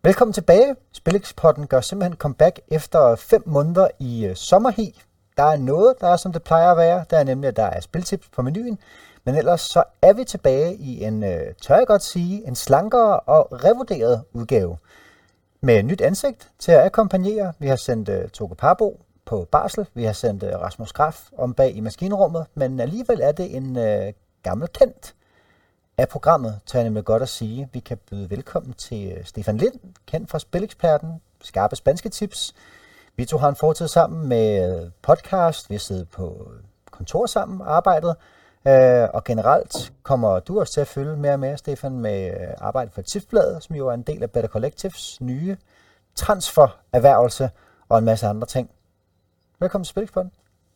Velkommen tilbage. Spilexpodden gør simpelthen comeback efter 5 måneder i sommerhi. Der er noget, der er som det plejer at være. Der er nemlig, at der er spiltips på menuen. Men ellers så er vi tilbage i en, tør jeg godt sige, en slankere og revurderet udgave. Med nyt ansigt til at akkompagnere. Vi har sendt Toke Parbo på barsel. Vi har sendt Rasmus Graf om bag i maskinrummet. Men alligevel er det en gammel kendt af programmet, tør jeg nemlig godt at sige. Vi kan byde velkommen til Stefan Lind, kendt fra Spileksperten, skarpe spanske tips. Vi to har en fortid sammen med podcast, vi har siddet på kontor sammen, arbejdet, og generelt kommer du også til at følge mere og mere, Stefan, med arbejde for Tipsbladet, som jo er en del af Better Collectives nye transfererhvervelse og en masse andre ting. Velkommen til Spileksperten.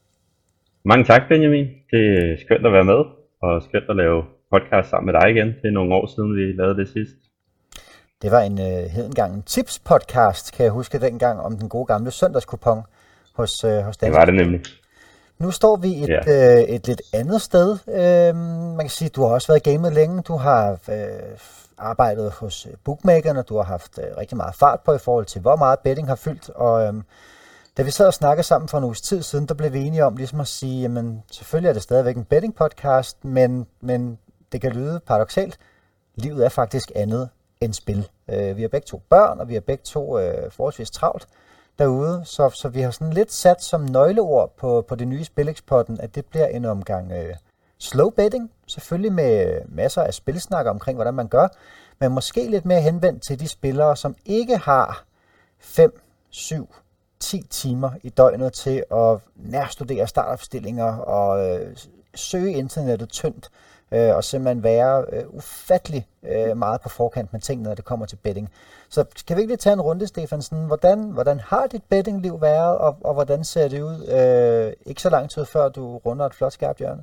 Mange tak, Benjamin. Det er skønt at være med, og skønt at lave podcast sammen med dig igen. Det er nogle år siden, vi lavede det sidst. Det var en tips-podcast, kan jeg huske dengang, om den gode gamle søndagskupon hos Dansk. Det var det nemlig. Nu står vi et lidt andet sted. Man kan sige, at du har også været gamet længe. Du har arbejdet hos bookmakerne. Du har haft rigtig meget fart på i forhold til, hvor meget betting har fyldt. Og da vi sad og snakkede sammen for en uges tid siden, der blev vi enige om ligesom at sige, jamen selvfølgelig er det stadigvæk en betting-podcast, men det kan lyde paradoksalt. Livet er faktisk andet end spil. Vi har begge to børn, og vi har begge to forholdsvis travlt derude, så vi har sådan lidt sat som nøgleord på det nye Spilexpodden, at det bliver en omgang slow betting, selvfølgelig med masser af spilsnak omkring, hvordan man gør, men måske lidt mere henvendt til de spillere, som ikke har 5, 7, 10 timer i døgnet til at nærstudere startopstillinger og søge internettet tyndt, og simpelthen være ufattelig meget på forkant med ting, når det kommer til betting. Så skal vi ikke lige tage en runde, Stefan? Hvordan har dit bettingliv været, og hvordan ser det ud ikke så lang tid før du runder et flot skarpt hjørne?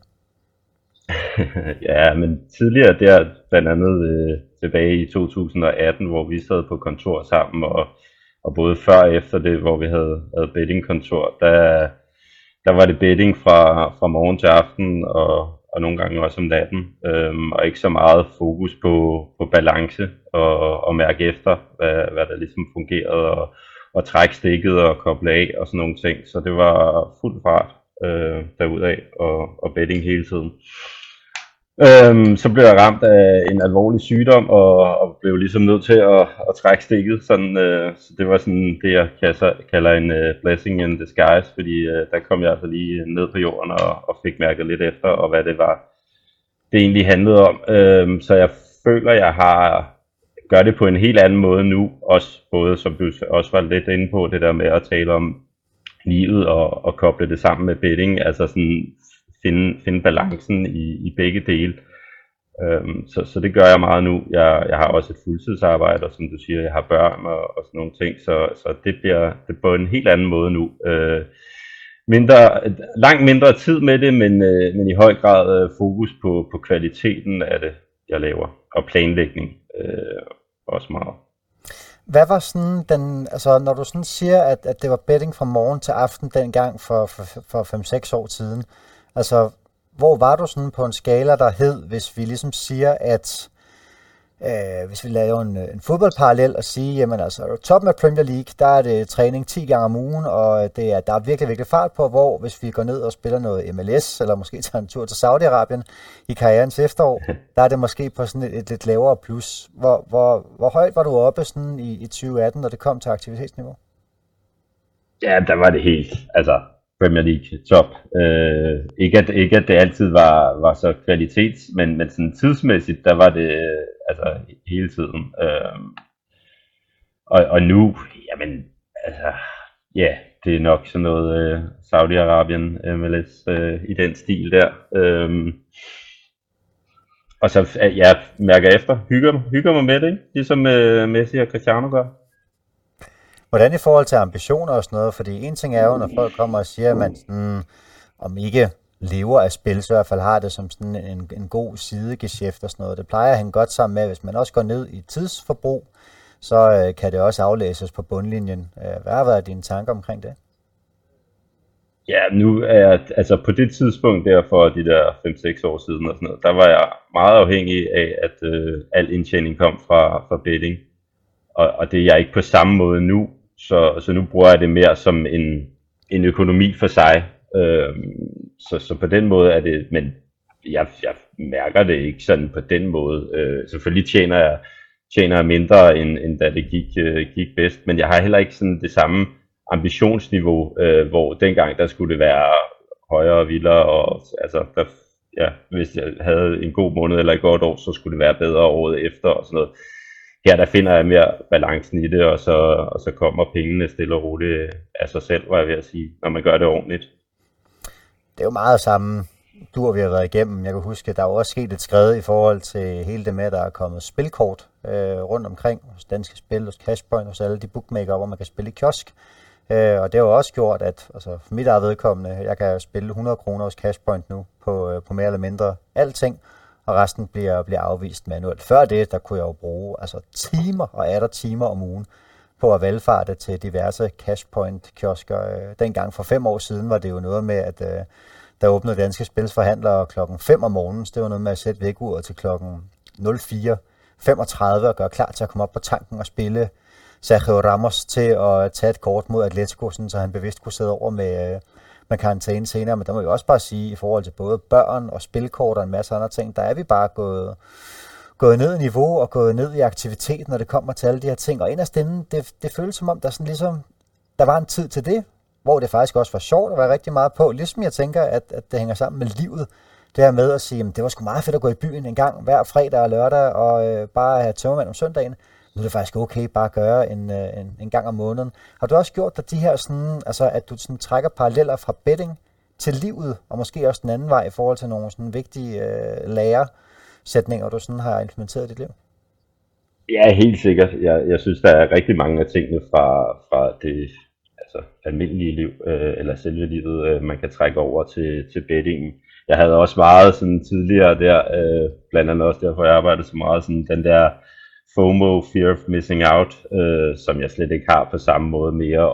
Ja, men tidligere der, blandt andet tilbage i 2018, hvor vi sad på kontor sammen, og både før og efter det, hvor vi havde bettingkontor, der var det betting fra morgen til aften, og nogle gange også om natten, og ikke så meget fokus på balance og mærke efter, hvad der ligesom fungerede, og trække stikket og koble af og sådan nogle ting. Så det var fuld fart derudaf og betting hele tiden. Så blev jeg ramt af en alvorlig sygdom og blev ligesom nødt til at trække stikket. Så det var sådan det, jeg kalder en blessing in disguise, fordi der kom jeg altså lige ned på jorden og fik mærket lidt efter, og hvad det var, det egentlig handlede om. Så jeg føler, jeg gør det på en helt anden måde nu, også både som du også var lidt inde på, det der med at tale om livet og koble det sammen med betting, altså sådan finde balancen i begge dele. Så det gør jeg meget nu. Jeg har også et fuldtidsarbejde, og som du siger, jeg har børn og sådan nogle ting, så det bliver på en helt anden måde nu. Langt mindre tid med det, men i høj grad fokus på kvaliteten af det, jeg laver, og planlægning også meget. Hvad var sådan altså når du sådan siger, at det var betting fra morgen til aften dengang for 5-6 år siden, altså hvor var du sådan på en skala, der hed, hvis vi ligesom siger, at hvis vi laver en fodboldparallel og sige, jamen altså toppen af Premier League, der er det træning 10 gange om ugen, og der er virkelig, virkelig fart på, hvor hvis vi går ned og spiller noget MLS, eller måske tager en tur til Saudi-Arabien i karrierens efterår, der er det måske på sådan et lidt lavere plus. Hvor højt var du oppe sådan i 2018, når det kom til aktivitetsniveau? Ja, der var det helt, altså Premier League top. Ikke at det altid var så kvalitets, men sådan tidsmæssigt, der var det altså hele tiden. Og nu, jamen, altså, ja, det er nok sådan noget Saudi-Arabien, MLS, i den stil der. Og så, jeg mærker efter, hygger mig med det, ikke? Ligesom Messi og Cristiano gør. Hvordan i forhold til ambitioner og sådan noget? Fordi en ting er jo, når folk kommer og siger, at man sådan, om ikke lever af spil, så i hvert fald har det som sådan en god sidegeschæft og sådan noget. Det plejer at hænge godt sammen med, hvis man også går ned i tidsforbrug, så kan det også aflæses på bundlinjen. Hvad har været dine tanker omkring det? Ja, nu er jeg, altså på det tidspunkt der for de der 5-6 år siden og sådan noget, der var jeg meget afhængig af, at al indtjening kom fra betting. og det er jeg ikke på samme måde nu, så nu bruger jeg det mere som en økonomi for sig. Så på den måde er det, men jeg mærker det ikke sådan på den måde. Selvfølgelig tjener jeg mindre, end da det gik bedst, men jeg har heller ikke sådan det samme ambitionsniveau, hvor dengang der skulle det være højere og vildere, og altså, hvis jeg havde en god måned eller et godt år, så skulle det være bedre året efter og sådan noget. Her der finder jeg mere balancen i det, og så kommer pengene stille og roligt af sig selv, var jeg ved at sige, når man gør det ordentligt. Det er jo meget samme dur, vi har været igennem. Jeg kan huske, at der er også sket et skred i forhold til hele det med, at der er kommet spilkort rundt omkring hos Danske Spil, hos Cashpoint, hos alle de bookmaker, hvor man kan spille i kiosk. Og det har jo også gjort, at altså for mit eget vedkommende, jeg kan spille 100 kroner hos Cashpoint nu på mere eller mindre alting, og resten bliver afvist manuelt. Før det, der kunne jeg jo bruge altså timer og atter timer om ugen på at valgfarte til diverse Cashpoint-kiosker. Dengang for 5 år siden var det jo noget med, at der åbnede Danske Spils forhandlere klokken 5 om morgenen. Det var noget med at sætte vækkeuret til klokken 04:35 og gøre klar til at komme op på tanken og spille Sergio Ramos til at tage et kort mod Atletico, så han bevidst kunne sidde over med karantæne senere. Men der må vi også bare sige, i forhold til både børn og spilkort og en masse andre ting, der er vi bare gået ned i niveau og gået ned i aktivitet, når det kommer til alle de her ting. Og inderst inde, det føles som om, der sådan ligesom, der var en tid til det, hvor det faktisk også var sjovt at være rigtig meget på. Ligesom jeg tænker, at det hænger sammen med livet. Det her med at sige, at det var sgu meget fedt at gå i byen en gang hver fredag og lørdag og bare have tømmermand om søndagen. Nu er det faktisk okay bare at gøre en gang om måneden. Har du også gjort dig de her sådan, altså at du sådan trækker paralleller fra betting til livet, og måske også den anden vej i forhold til nogle sådan vigtige læresætninger, du sådan har implementeret i dit liv? Ja, helt sikkert. Jeg synes, der er rigtig mange af tingene fra det altså almindelige liv, eller selve livet, man kan trække over til bettingen. Jeg havde også meget sådan tidligere der, blandt andet også derfor jeg arbejdede så meget, sådan den der FOMO, Fear of Missing Out, som jeg slet ikke har på samme måde mere,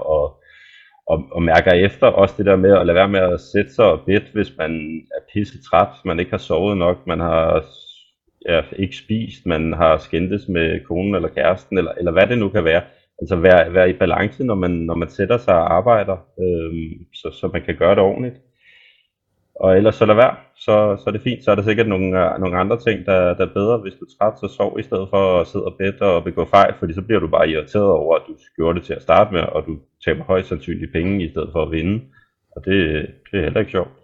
og mærker efter også det der med at lade være med at sætte sig og bette, hvis man er pisse træt, man ikke har sovet nok, man har ikke spist, man har skændtes med konen eller kæresten, eller hvad det nu kan være. Altså være i balance, når man sætter sig og arbejder, så man kan gøre det ordentligt. Og ellers så lad være, så er det fint. Så er der sikkert nogle andre ting, der er bedre. Hvis du er træt, så sov i stedet for at sidde og bette og begå fejl, fordi så bliver du bare irriteret over, at du gjorde det til at starte med, og du taber højst sandsynligt penge i stedet for at vinde. Og det er heller ikke sjovt.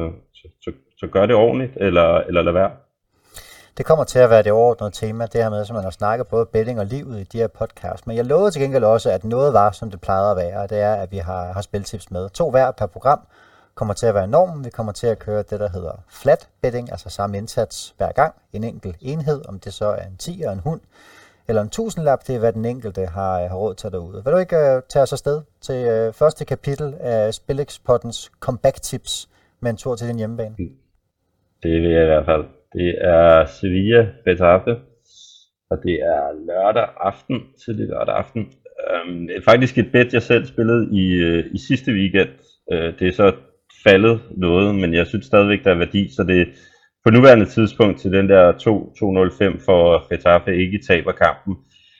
Så gør det ordentligt, eller lad være. Det kommer til at være det overordnede tema, det her med, som man har snakket både betting og livet i de her podcasts. Men jeg lovede til gengæld også, at noget var, som det plejede at være, og det er, at vi har spiltips med. 2 hver per program kommer til at være normen. Vi kommer til at køre det, der hedder flat betting, altså samme indsats hver gang. En enkelt enhed, om det så er en 10 og en hund, eller en 1000-lap, det er, hvad den enkelte har råd til derude. Vil du ikke tage os afsted til første kapitel af SpilX-poddens comeback-tips med en tur til din hjemmebane? Det vil jeg i hvert fald. Det er Sevilla Getafe, og det er tidlig lørdag aften. Det er faktisk et bet, jeg selv spillede i sidste weekend. Det er så faldet noget, men jeg synes stadigvæk, der er værdi, så det på nuværende tidspunkt til den der 2-0-5 for Getafe ikke taber kampen.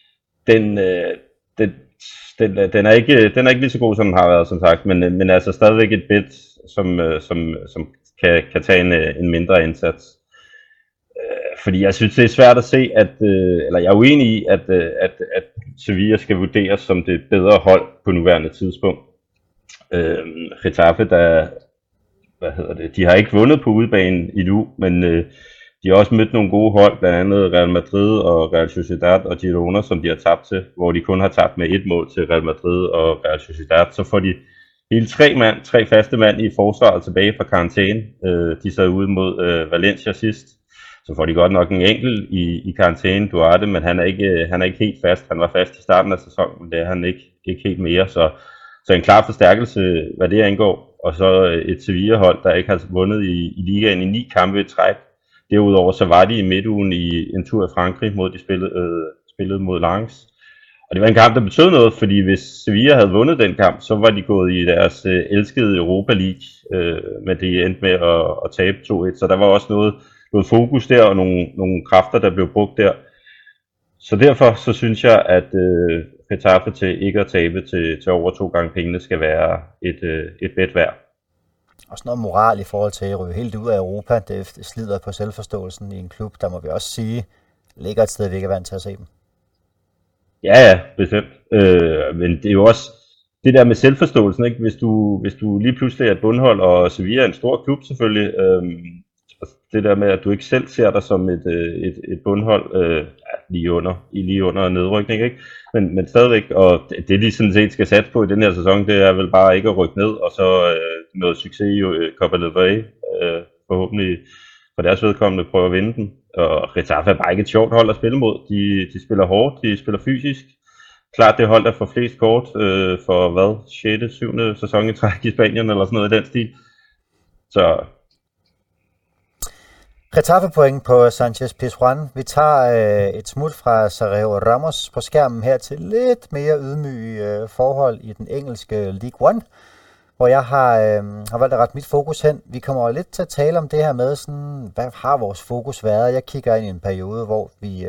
Den er ikke lige så god, som den har været, som sagt, men altså stadigvæk et bet, som kan tage en mindre indsats. Fordi jeg synes, det er svært at se, eller jeg er uenig i, at Sevilla skal vurderes som det bedre hold på nuværende tidspunkt. Getafe, de har ikke vundet på udebanen endnu, men de har også mødt nogle gode hold, blandt andet Real Madrid og Real Sociedad og Girona, som de har tabt til, hvor de kun har tabt med 1 mål til Real Madrid og Real Sociedad. Så får de hele 3 faste mand i forsvaret tilbage fra karantæne. De sad ude mod Valencia sidst. Så får de godt nok en enkelt i karantæne, Duarte, men han er ikke helt fast. Han var fast i starten af sæsonen, men det er han ikke helt mere. Så en klar forstærkelse, hvad det angår. Og så et Sevilla-hold, der ikke har vundet i ligaen i 9 kampe i træk. Derudover så var de i midtugen i en tur i Frankrig, mod de spillede mod Lens. Og det var en kamp, der betød noget, fordi hvis Sevilla havde vundet den kamp, så var de gået i deres elskede Europa League, men det endte med at tabe 2-1. Så der var også noget fokus der, og nogle kræfter, der blev brugt der. Så derfor så synes jeg, at Getafe til ikke at tabe til over 2 gange pengene skal være et bet værd. Også noget moral i forhold til at ryge helt ud af Europa. Det slider på selvforståelsen i en klub, der må vi også sige, ligger et sted, vi ikke er vant til at se dem. Ja, bestemt. Men det er jo også det der med selvforståelsen, ikke? Hvis du lige pludselig er et bundhold, og Sevilla er en stor klub selvfølgelig, det der med, at du ikke selv ser dig som et bundhold lige under nedrykning, ikke? Men stadigvæk, og det de sådan set skal satse på i den her sæson, det er vel bare ikke at rykke ned, og så noget succes i Copa del Rey, forhåbentlig for deres vedkommende prøve at vinde den. Og Getafe er bare ikke et sjovt hold at spille mod. De spiller hårdt, de spiller fysisk. Klart det hold, der får flest kort for 6. 7. sæson i træk i Spanien, eller sådan noget i den stil. Så Getafe point på Sánchez Pizjuán. Vi tager et smut fra Sergio Ramos på skærmen her til lidt mere ydmyge forhold i den engelske League One, hvor jeg har valgt at rette mit fokus hen. Vi kommer lidt til at tale om det her med, sådan, hvad har vores fokus været? Jeg kigger ind i en periode, hvor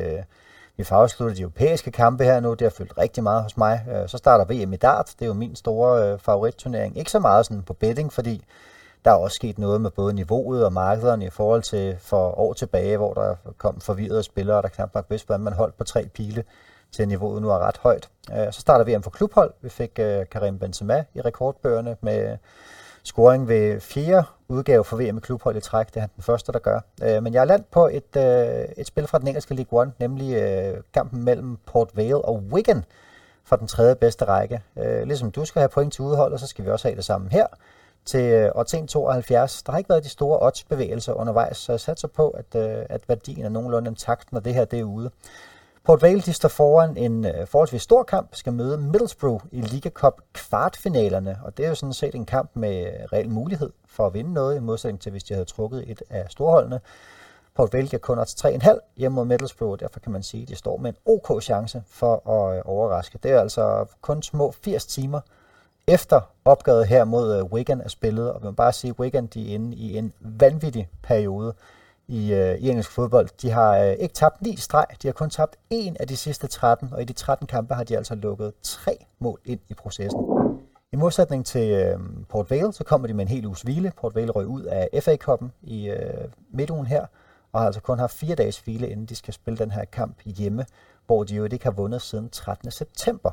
vi får afsluttet de europæiske kampe her nu. Det har fyldt rigtig meget hos mig. Så starter VM i dart. Det er jo min store favoritturnering. Ikke så meget sådan på betting, fordi der er også sket noget med både niveauet og markederne i forhold til for år tilbage, hvor der kom forvirrede spillere, der knap nok vidste, hvordan man holdt på 3 pile, til niveauet nu er ret højt. Så starter VM for klubhold. Vi fik Karim Benzema i rekordbøgerne med scoring ved 4. udgave for VM i klubhold i træk. Det er han den første, der gør. Men jeg er landet på et spil fra den engelske League One, nemlig kampen mellem Port Vale og Wigan fra den 3. bedste række. Ligesom du skal have point til udholdet, så skal vi også have det samme her til odds 1,72. Der har ikke været de store oddsbevægelser undervejs, så jeg satser på, at værdien er nogenlunde intakt, når det her det er ude. Port Vale de står foran en forholdsvis stor kamp, skal møde Middlesbrough i Liga Cup kvartfinalerne, og det er jo sådan set en kamp med reel mulighed for at vinde noget, i modsætning til hvis de havde trukket et af storholdene. Port Vale kan kun odds 3,5 hjemme mod Middlesbrough, og derfor kan man sige, at de står med en OK chance for at overraske. Det er altså kun små 80 timer efter opgøret her mod Wigan er spillet, og vi må bare sige, at Wigan de er inde i en vanvittig periode i engelsk fodbold. De har ikke tabt 9 streg, de har kun tabt 1 af de sidste 13, og i de 13 kampe har de altså lukket 3 mål ind i processen. I modsætning til Port Vale, så kommer de med en hel uges hvile. Port Vale røg ud af FA-cupen i midtugen her, og har altså kun haft 4 dages hvile, inden de skal spille den her kamp hjemme, hvor de jo ikke har vundet siden 13. september.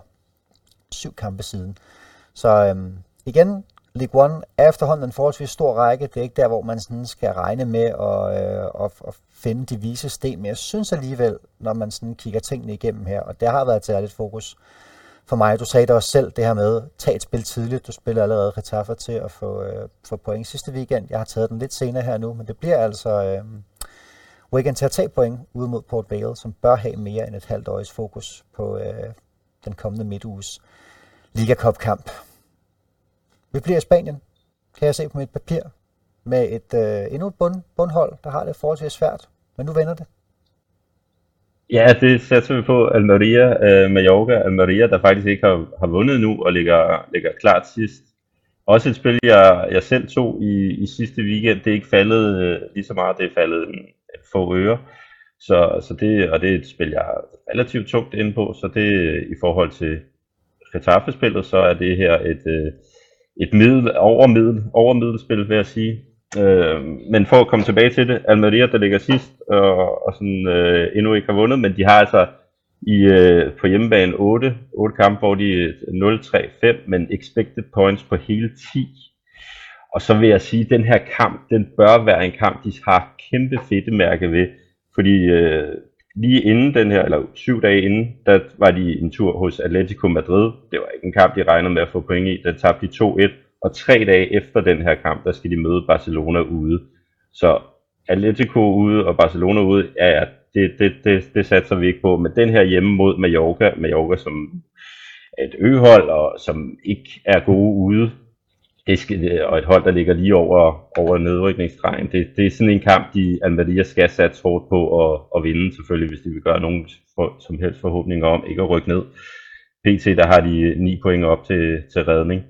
7 kampe siden. Så igen, League One er efterhånden en forholdsvis stor række. Det er ikke der, hvor man sådan skal regne med at finde de vise sten. Men jeg synes alligevel, når man sådan kigger tingene igennem her, og det har været et særligt fokus for mig. Du sagde det også selv, det her med, tag et spil tidligt. Du spiller allerede Getafe til at få point sidste weekend. Jeg har taget den lidt senere her nu, men det bliver altså Wigan til at tage point ude mod Port Vale, som bør have mere end et halvt års fokus på den kommende midtuges Liga Cup kamp. Vi bliver i Spanien, kan jeg se på mit papir, med endnu et bundhold, der har det forholdsvis svært, men nu vender det. Ja, det satser vi på. Almeria, Mallorca, Almeria, der faktisk ikke har vundet nu og ligger klart sidst. Også et spil, jeg selv tog i sidste weekend. Det er ikke faldet lige så meget, det er faldet en få øre. Så det er et spil, jeg er relativt tungt inde på, så det i forhold til Getafe-spillet, så er det her et over middelspil, vil jeg sige. Men for at komme tilbage til det, Almeria, der ligger sidst, og sådan, endnu ikke har vundet, men de har altså på hjemmebane 8 kampe, hvor de er 0-3-5, men expected points på hele 10. Og så vil jeg sige, at den her kamp, den bør være en kamp, de har kæmpe fedtemærke ved, fordi lige inden den her, eller 7 dage inden, der var de en tur hos Atletico Madrid. Det var ikke en kamp, de regnede med at få point i. Der tabte de 2-1, og 3 dage efter den her kamp, der skal de møde Barcelona ude. Så Atletico ude og Barcelona ude, ja, det satser vi ikke på. Men den her hjemme mod Mallorca som er et øhold, og som ikke er gode ude, og et hold, der ligger lige over nedrykningsstregen. Det er sådan en kamp, Almeria skal satse hårdt på at vinde, selvfølgelig, hvis de vil gøre nogen som helst forhåbninger om ikke at rykke ned. PT, der har de 9 point op til redning.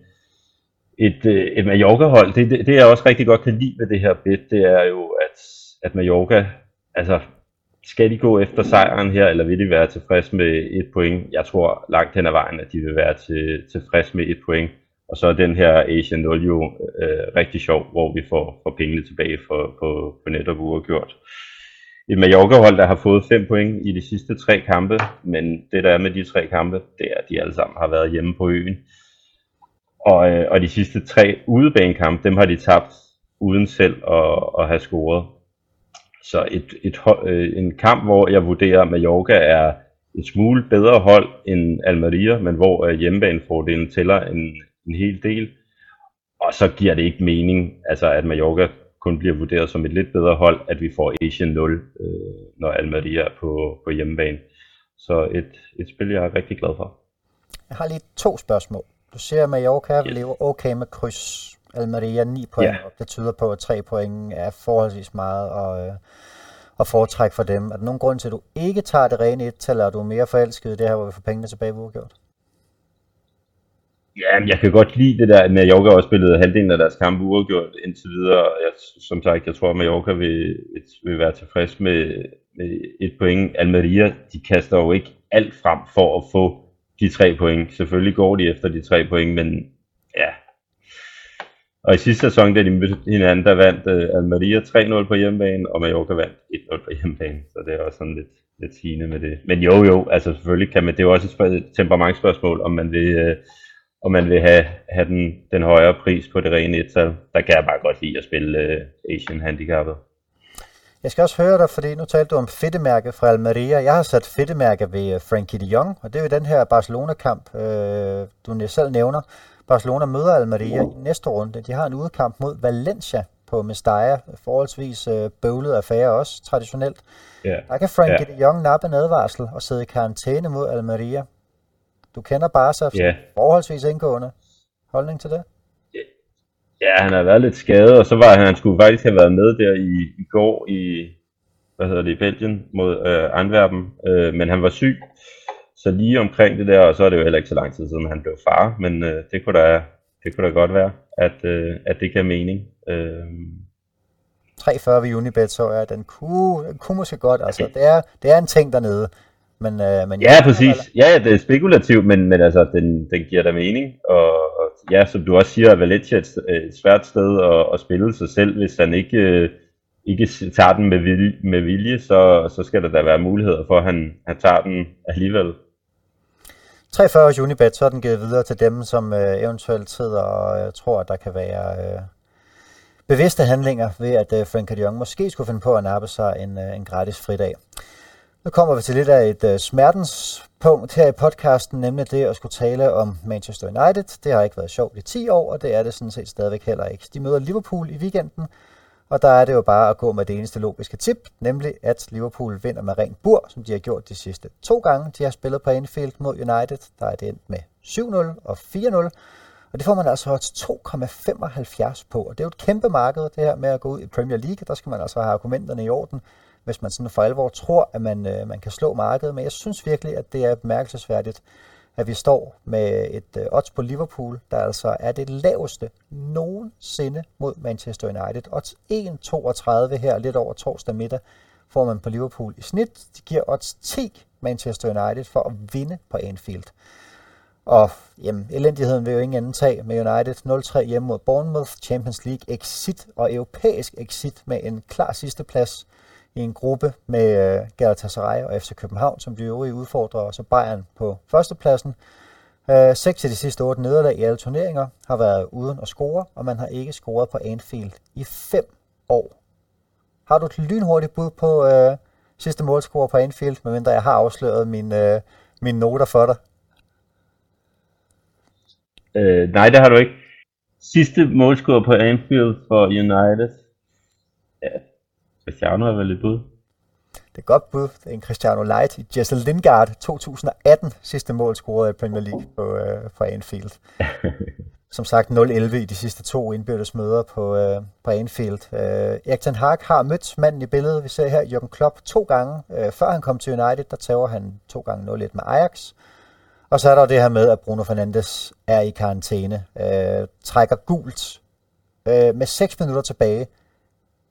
Et Mallorca-hold, det jeg også rigtig godt kan lide ved det her bet, det er jo, at Mallorca, altså, skal de gå efter sejren her, eller vil de være tilfreds med et point? Jeg tror langt hen ad vejen, at de vil være tilfreds med et point. Og så er den her Asian 0 jo rigtig sjov, hvor vi får pengene tilbage på netop uafgjort. Et Mallorca-hold, der har fået 5 point i de sidste 3 kampe, men det der er med de 3 kampe, det er, at de alle sammen har været hjemme på øen. Og de sidste 3 udebanekampe, dem har de tabt uden selv at have scoret. Så en kamp, hvor jeg vurderer, at Mallorca er et smule bedre hold end Almeria, men hvor hjemmebanefordelen tæller en hel del. Og så giver det ikke mening, altså at Mallorca kun bliver vurderet som et lidt bedre hold, at vi får Asian 0, når Almeria er på hjemmebane. Så et spil, jeg er rigtig glad for. Jeg har lige 2 spørgsmål. Du siger, at Mallorca lever okay med kryds. Almeria 9 point, og det tyder på, at 3 point er forholdsvis meget at foretrække for dem. Er der nogen grund til, at du ikke tager det rene et-tal, eller er du mere forelsket i det her, hvor vi får pengene tilbage uafgjort? Ja, jeg kan godt lide det der, at Mallorca også spillede halvdelen af deres kampe uafgjort indtil videre. Som sagt, jeg tror, at Mallorca vil være tilfreds med et point. Almeria, de kaster jo ikke alt frem for at få de 3 point. Selvfølgelig går de efter de 3 point, men ja. Og i sidste sæson, da de mødte hinanden, der vandt Almeria 3-0 på hjemmebane, og Mallorca vandt 1-0 på hjemmebane. Så det er også sådan lidt sigende med det. Men jo, altså selvfølgelig kan man, det er jo også et temperamentsspørgsmål, om man vil have den højere pris på det rene et-tal. Der kan jeg bare godt lide at spille Asian handicappet. Jeg skal også høre dig, fordi nu talte du om fedtemærke fra Almeria. Jeg har sat fedtemærke ved Frenkie de Jong, og det er jo den her Barcelona-kamp, du selv nævner. Barcelona møder Almeria i næste runde. De har en udekamp mod Valencia på Mestalla. Forholdsvis bøvlet affære også, traditionelt. Der kan Frenkie de Jong nappe en advarsel og sidde i karantæne mod Almeria. Du kender Barca forholdsvis indgående. Holdning til det? Ja, han har været lidt skadet, og så var han skulle faktisk have været med der i går i Belgien mod Antwerpen, men han var syg. Så lige omkring det der, og så er det jo heller ikke så lang tid siden, han blev far, men det kunne da godt være, at det kan mening. 3,40 ved Unibet, så er den kunne måske godt, altså det er en ting dernede. Men ja, præcis. Ja, det er spekulativt, men altså, den giver da mening. Og ja, som du også siger, Valencia er et svært sted at spille sig selv, hvis han ikke tager den med vilje, så skal der da være muligheder for, at han tager den alligevel. 3,40 Unibet, så er den givet videre til dem, som eventuelt sidder og tror, at der kan være bevidste handlinger ved, at Frenkie de Jong måske skulle finde på at nappe sig en gratis fridag. Nu kommer vi til lidt af et smertenspunkt her i podcasten, nemlig det at skulle tale om Manchester United. Det har ikke været sjovt i 10 år, og det er det sådan set stadigvæk heller ikke. De møder Liverpool i weekenden, og der er det jo bare at gå med det eneste logiske tip, nemlig at Liverpool vinder med ren bur, som de har gjort de sidste 2 gange. De har spillet på Anfield mod United, der er det endt med 7-0 og 4-0, og det får man altså odds 2,75 på. Og det er jo et kæmpe marked, det her med at gå ud i Premier League. Der skal man altså have argumenterne i orden, hvis man sådan for alvor tror, at man kan slå markedet. Men jeg synes virkelig, at det er bemærkelsesværdigt, at vi står med et odds på Liverpool, der altså er det laveste nogensinde mod Manchester United. Odds 1,32 her lidt over torsdag middag får man på Liverpool i snit. De giver odds 10 Manchester United for at vinde på Anfield. Og jamen, elendigheden vil jo ingen anden tage med United. 0-3 hjemme mod Bournemouth, Champions League exit og europæisk exit med en klar sidsteplads i en gruppe med Galatasaray og FC København som de øvrige udfordrere, og så Bayern på førstepladsen. 6 af de sidste 8 nederlag i alle turneringer har været uden at score, og man har ikke scoret på Anfield i 5 år. Har du et lynhurtigt bud på sidste målscorer på Anfield, medmindre jeg har afsløret mine noter for dig? Nej, det har du ikke. Sidste målscorer på Anfield for United. Ja, Cristiano er vel et bud. Det er godt bud. Det er en Cristiano Light i Jesse Lingard 2018 sidste mål scoret i Premier League på Anfield. Som sagt 0-11 i de sidste 2 indbyrdes møder på Anfield. Erik ten Hag har mødt manden i billedet. Vi ser her Jürgen Klopp 2 gange. Før han kom til United, der tager han 2 gange 0-1 med Ajax. Og så er der det her med, at Bruno Fernandes er i karantæne. Trækker gult med 6 minutter tilbage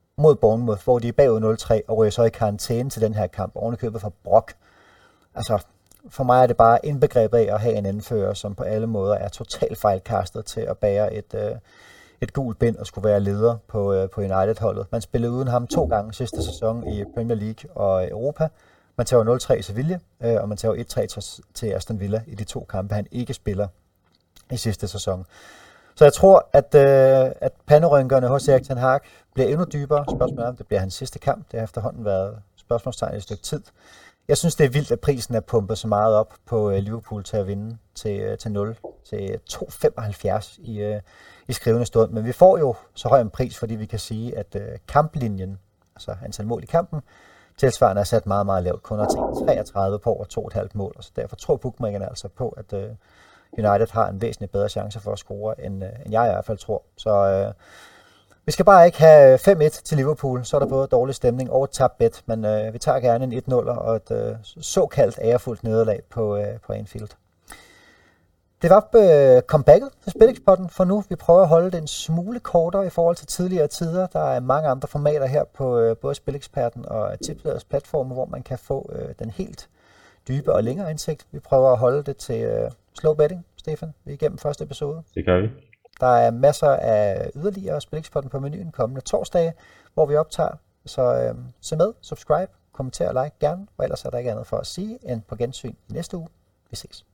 mod Bournemouth, hvor de er bagud 0-3, og ryger så i karantæne til den her kamp, ovenikøbet for Brock. Altså, for mig er det bare indbegrebet af at have en anfører, som på alle måder er totalt fejlkastet til at bære et gult bind og skulle være leder på United-holdet. Man spillede uden ham 2 gange sidste sæson i Premier League og Europa. Man tager 0-3 i Sevilla, og man tager 1-3 til Aston Villa i de 2 kampe, han ikke spiller i sidste sæson. Så jeg tror, at panderynkerne hos Erik ten Hag bliver endnu dybere. Spørgsmålet er, om det bliver hans sidste kamp. Det har efterhånden været spørgsmålstegn i et stykke tid. Jeg synes, det er vildt, at prisen er pumpet så meget op på Liverpool til at vinde til 0, til 2,75 i skrivende stund. Men vi får jo så høj en pris, fordi vi kan sige, at kamplinjen, altså antal mål i kampen, tilsvarende er sat meget, meget lavt. Kun har 33 på over 2,5 mål, og så derfor tror bookmakerne altså på, at United har en væsentlig bedre chance for at score, end jeg i hvert fald tror. Så vi skal bare ikke have 5-1 til Liverpool, så er der både dårlig stemning og et tabt bet, men vi tager gerne en 1-0 og et såkaldt ærefuldt nederlag på Anfield. Det var comebacket til SpilXpotten for nu. Vi prøver at holde det en smule kortere i forhold til tidligere tider. Der er mange andre formater her på både SpilXperten og Tipsbladets platforme, hvor man kan få den helt dybe og længere indsigt. Vi prøver at holde det til slow betting, Stefan. Vi er igennem første episode. Det gør vi. Der er masser af yderligere SpilXpotten på menuen kommende torsdage, hvor vi optager. Så se med, subscribe, kommenter og like gerne, og ellers er der ikke andet for at sige end på gensyn i næste uge. Vi ses.